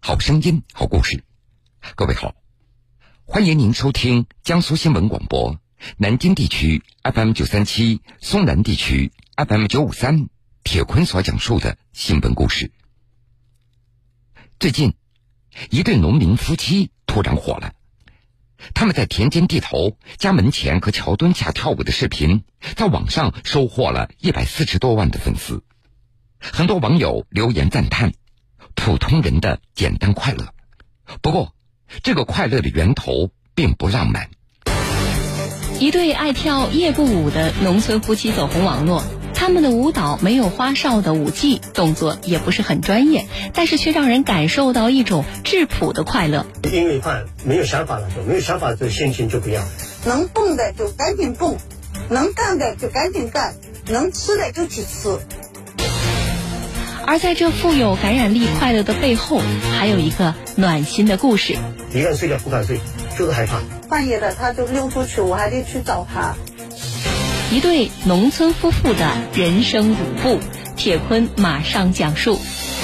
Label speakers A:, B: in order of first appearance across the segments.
A: 好声音，好故事。各位好，欢迎您收听江苏新闻广播南京地区 FM937， 松南地区 FM953， 铁坤所讲述的新闻故事。最近，一对农民夫妻突然火了。他们在田间地头、家门前和桥墩下跳舞的视频，在网上收获了140多万的粉丝。很多网友留言赞叹普通人的简单快乐。不过，这个快乐的源头并不浪漫。
B: 一对爱跳夜步舞的农村夫妻走红网络，他们的舞蹈没有花哨的舞技，动作也不是很专业，但是却让人感受到一种质朴的快乐。
C: 因为怕没有想法了，没有想法的心情就不一样。
D: 能蹦的就赶紧蹦，能干的就赶紧干，能吃的就去吃。
B: 而在这富有感染力快乐的背后，还有一个暖心的故事。
C: 一个人睡觉不敢睡，就是害怕。
D: 半夜的他就溜出去，我还得去找他。
B: 一对农村夫妇的人生舞步，铁坤马上讲述。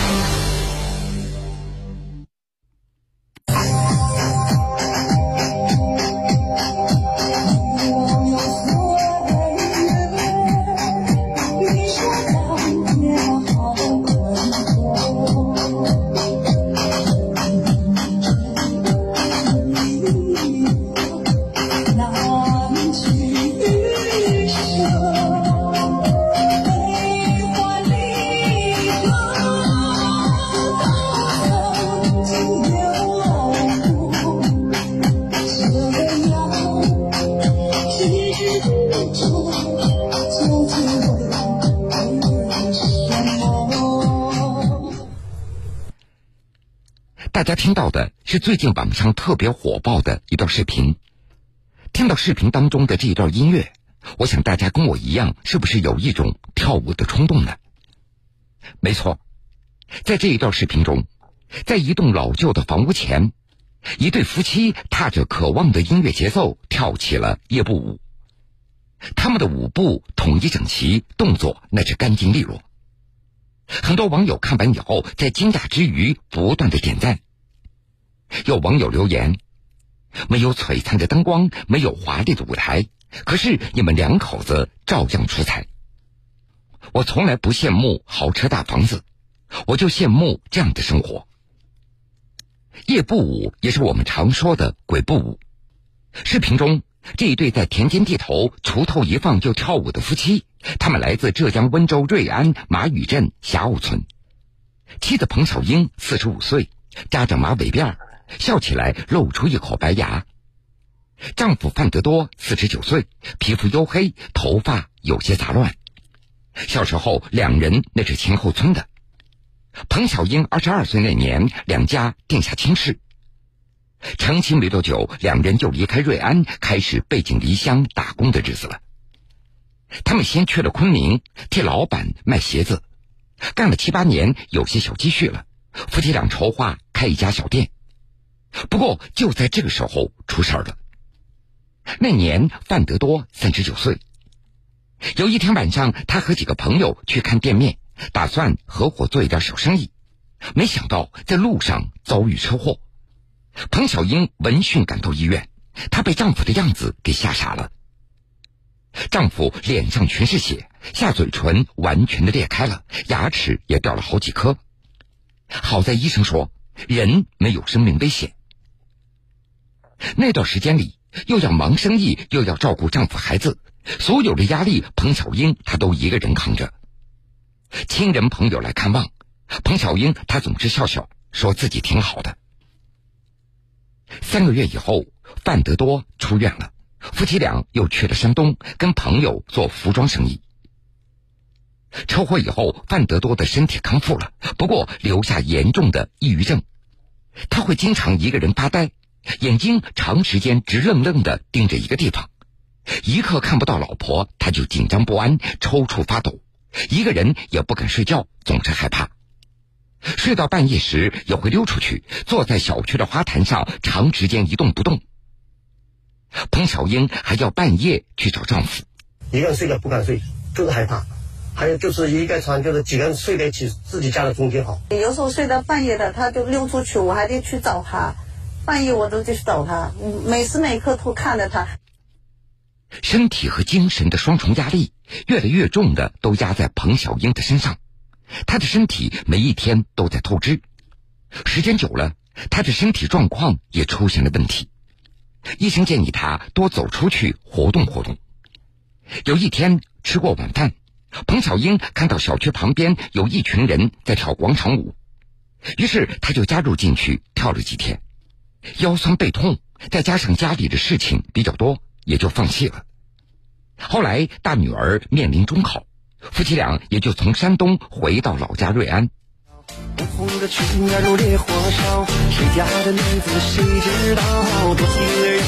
A: 大家听到的是最近网上特别火爆的一段视频。听到视频当中的这一段音乐，我想大家跟我一样，是不是有一种跳舞的冲动呢？没错，在这一段视频中，在一栋老旧的房屋前，一对夫妻踏着渴望的音乐节奏跳起了夜步舞。他们的舞步统一整齐，动作那是干净利落。很多网友看完以后，在惊讶之余不断的点赞。有网友留言，没有璀璨的灯光，没有华丽的舞台，可是你们两口子照样出彩。我从来不羡慕豪车大房子，我就羡慕这样的生活。夜步舞也是我们常说的鬼步舞。视频中这一对在田间地头锄头一放就跳舞的夫妻，他们来自浙江温州瑞安马圩镇霞坳村。妻子彭小英45岁，扎着马尾辫，笑起来露出一口白牙。丈夫范德多49岁，皮肤黝黑，头发有些杂乱。小时候两人那是前后村的。彭小英22岁那年，两家定下亲事。成亲没多久，两人就离开瑞安，开始背井离乡打工的日子了。他们先去了昆明，替老板卖鞋子，干了7、8年，有些小积蓄了。夫妻俩筹划开一家小店。不过就在这个时候出事了。那年范德多39岁。有一天晚上，他和几个朋友去看店面，打算合伙做一点小生意。没想到在路上遭遇车祸。彭小英闻讯赶到医院，她被丈夫的样子给吓傻了。丈夫脸上全是血，下嘴唇完全的裂开了，牙齿也掉了好几颗。好在医生说人没有生命危险。那段时间里，又要忙生意，又要照顾丈夫孩子，所有的压力彭小英她都一个人扛着。亲人朋友来看望，彭小英她总是笑笑，说自己挺好的。3个月以后，范德多出院了，夫妻俩又去了山东，跟朋友做服装生意。车祸以后，范德多的身体康复了，不过留下严重的抑郁症。他会经常一个人发呆，眼睛长时间直愣愣地盯着一个地方，一刻看不到老婆，他就紧张不安，抽搐发抖，一个人也不敢睡觉，总是害怕。睡到半夜时也会溜出去，坐在小区的花坛上长时间一动不动。彭小英还要半夜去找丈夫。
C: 一个人睡觉不敢睡，就是害怕。 还有就是一个床，就是几个人睡在一起，自己家的中间好。
D: 有时候睡到半夜的，他就溜出去，我还得去找他，半夜我都得去找他，每时每刻都看着他。
A: 身体和精神的双重压力越来越重的都压在彭小英的身上，她的身体每一天都在透支，时间久了，她的身体状况也出现了问题。医生建议她多走出去活动活动。有一天吃过晚饭，彭小英看到小区旁边有一群人在跳广场舞，于是她就加入进去跳了几天，腰酸背痛，再加上家里的事情比较多，也就放弃了。后来大女儿面临中考，夫妻俩也就从山东回到老家瑞安。
E: 不红的裙儿如烈火烧，谁家的女子谁知道，多情的人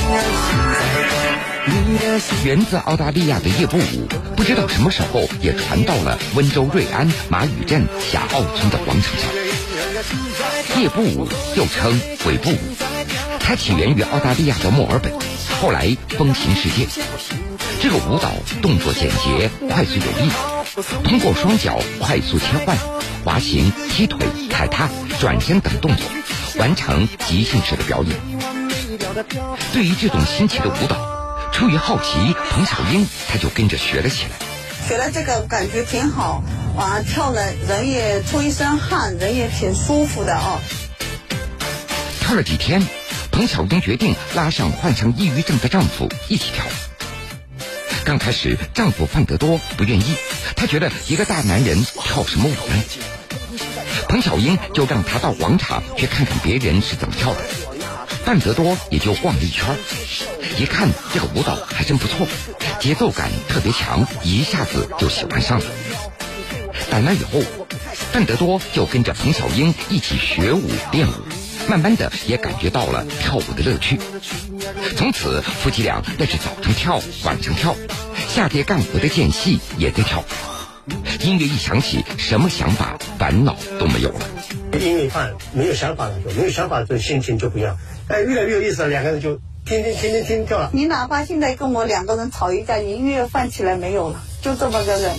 E: 儿心在跳。
A: 源自澳大利亚的夜步舞，不知道什么时候也传到了温州瑞安马屿镇霞澳村的广场上。夜步舞又称鬼步舞，它起源于澳大利亚的墨尔本，后来风行世界。这个舞蹈动作简洁，快速有力，通过双脚快速切换、滑行、踢腿、踩踏、转身等动作，完成即兴式的表演。对于这种新奇的舞蹈，出于好奇，彭小英她就跟着学了起来。
D: 学了这个感觉挺好，跳了人也出一身汗，人也挺舒服的哦。
A: 跳了几天，彭小英决定拉上患上抑郁症的丈夫一起跳。刚开始丈夫范德多不愿意，他觉得一个大男人跳什么舞呢？彭小英就让他到广场去看看别人是怎么跳的。范德多也就逛了一圈，一看这个舞蹈还真不错，节奏感特别强，一下子就喜欢上了。打那以后，范德多就跟着彭小英一起学舞练舞，慢慢的也感觉到了跳舞的乐趣。从此夫妻俩那是早上跳晚上跳，下地干活的间隙也在跳。音乐一响起，什么想法烦恼都没有了。
C: 音乐放没有想法了，没有想法就心情就不一样，越来越有意思了，两个人就天跳了。
D: 你哪怕现在跟我两个人吵一架，音乐放起来没有了，就这么个人。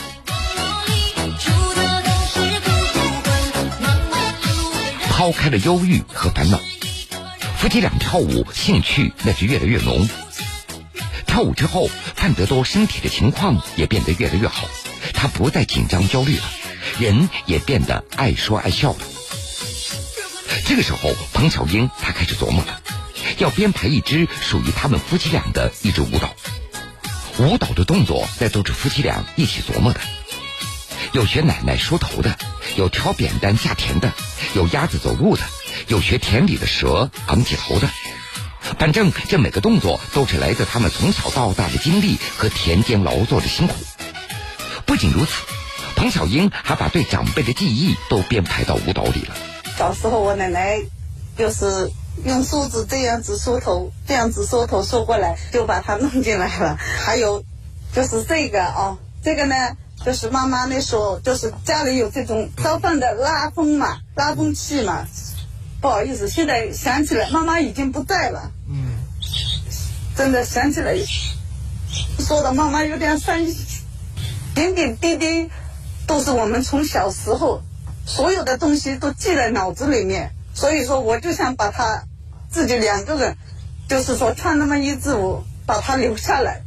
A: 抛开了忧郁和烦恼，夫妻俩跳舞兴趣那是越来越浓。跳舞之后，范德多身体的情况也变得越来越好，他不再紧张焦虑了，人也变得爱说爱笑了。这个时候，彭小英她开始琢磨了，要编排一支属于他们夫妻俩的一支舞蹈。舞蹈的动作那都是夫妻俩一起琢磨的，有学奶奶梳头的，有挑扁担下田的，有鸭子走路的，有学田里的蛇昂起头的。反正这每个动作都是来自他们从小到大的经历和田间劳作的辛苦。不仅如此，彭小英还把对长辈的记忆都编排到舞蹈里了。
D: 小时候我奶奶就是用梳子这样子梳头，这样子梳头梳过来，就把它弄进来了。还有就是这个这个呢就是妈妈那时候就是家里有这种烧饭的拉风器嘛。不好意思，现在想起来妈妈已经不在了。真的想起来说的妈妈有点伤心，点点滴滴都是我们从小时候所有的东西都记在脑子里面。所以说我就想把他自己两个人就是说唱那么一支舞把它留下来。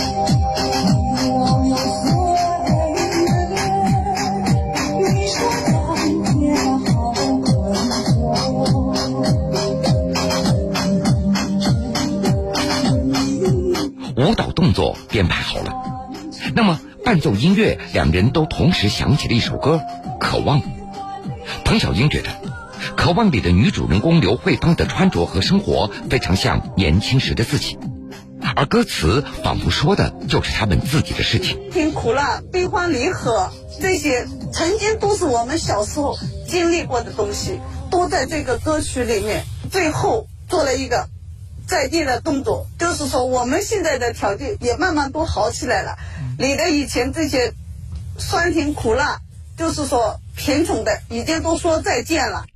A: 舞蹈动作编排好了，那么伴奏音乐，两人都同时想起了一首歌《渴望》。彭小英觉得《渴望》里的女主人公刘慧芳的穿着和生活非常像年轻时的自己，而歌词仿佛说的就是他们自己的事情。
D: 挺苦辣、悲欢离合，这些曾经都是我们小时候经历过的东西，都在这个歌曲里面。最后做了一个再见的动作，就是说我们现在的条件也慢慢都好起来了，你的以前这些酸甜苦辣，就是说贫穷的已经都说再见了。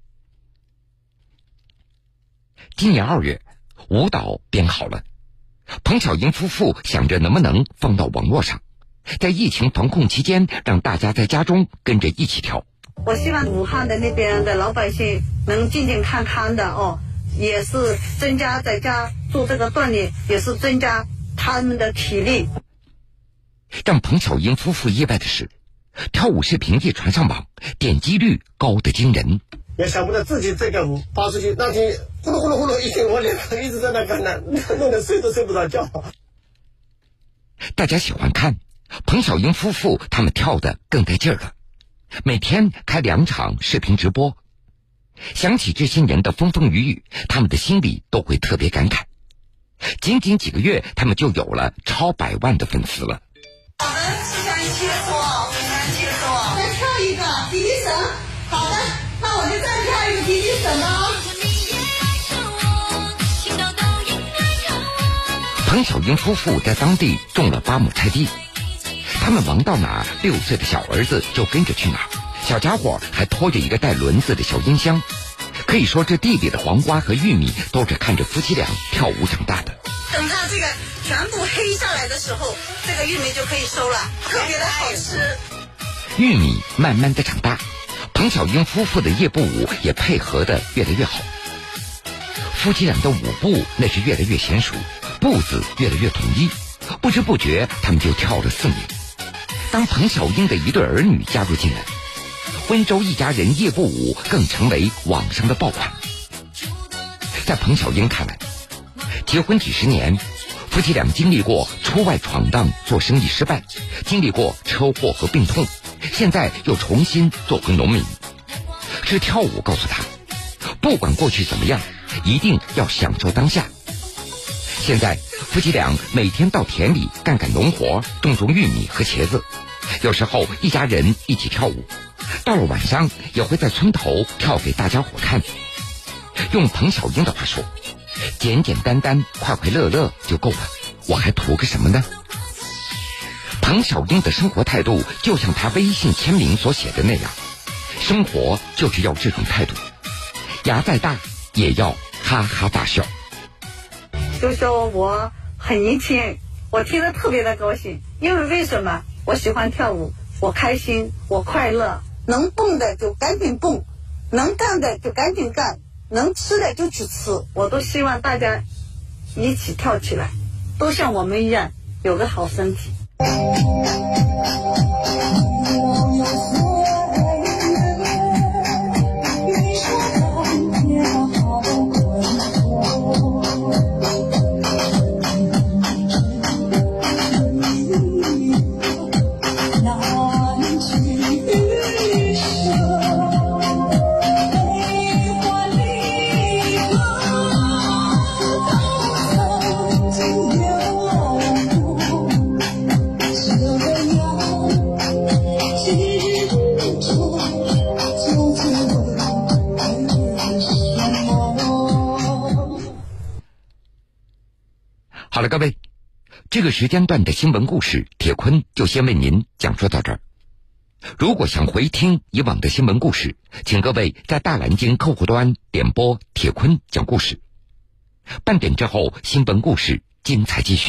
A: 今年2月，舞蹈编好了，彭小英夫妇想着能不能放到网络上， 在疫情防控期间，让大家在家中跟着一起跳。
D: 我希望武汉的那边的老百姓能健健康康的哦，也是增加在家做这个锻炼，也是增加他们的体力。
A: 让彭小英夫妇意外的是，跳舞视频一传上网，点击率高得惊人。
C: 也想不到自己这个舞发出去，那天呼噜呼噜呼噜一天，我两个一直在那看呢，弄得睡都睡不着觉。
A: 大家喜欢看，彭小英夫妇他们跳得更带劲儿了，每天开2场视频直播。想起这些年的风风雨雨，他们的心里都会特别感慨。仅仅几个月，他们就有了超100万的粉丝了。
D: 我们是想一起做，再跳一个滴滴绳。好的，那我就再跳一个滴滴绳哦。
A: 彭小英夫妇在当地种了8亩菜地，他们忙到哪，6岁的小儿子就跟着去哪，小家伙还拖着一个带轮子的小音箱。可以说这地里的黄瓜和玉米都是看着夫妻俩跳舞长大的。
D: 等它这个全部黑下来的时候，这个玉米就可以收了，特别的好吃。
A: 玉米慢慢的长大，彭小英夫妇的夜步舞也配合的越来越好。夫妻俩的舞步那是越来越娴熟，步子越来越统一，不知不觉他们就跳了4年。当彭小英的一对儿女加入进来，温州一家人夜步舞更成为网上的爆款。在彭小英看来，结婚几10年，夫妻俩经历过出外闯荡做生意失败，经历过车祸和病痛，现在又重新做回农民。是跳舞告诉他，不管过去怎么样，一定要享受当下。现在夫妻俩每天到田里干农活，种玉米和茄子，有时候一家人一起跳舞，到了晚上也会在村头跳给大家伙看。用彭小英的话说，简简单单快快乐乐就够了，我还图个什么呢？彭小英的生活态度就像她微信签名所写的那样，生活就是要这种态度，牙再大也要哈哈大笑。
D: 就说我很年轻，我听得特别的高兴，因为什么？我喜欢跳舞，我开心，我快乐，能蹦的就赶紧蹦，能干的就赶紧干，能吃的就去吃，我都希望大家一起跳起来，都像我们一样有个好身体。
A: 好了，各位，这个时间段的新闻故事，铁坤就先为您讲述到这儿。如果想回听以往的新闻故事，请各位在大蓝鲸客户端点播铁坤讲故事。半点之后，新闻故事精彩继续。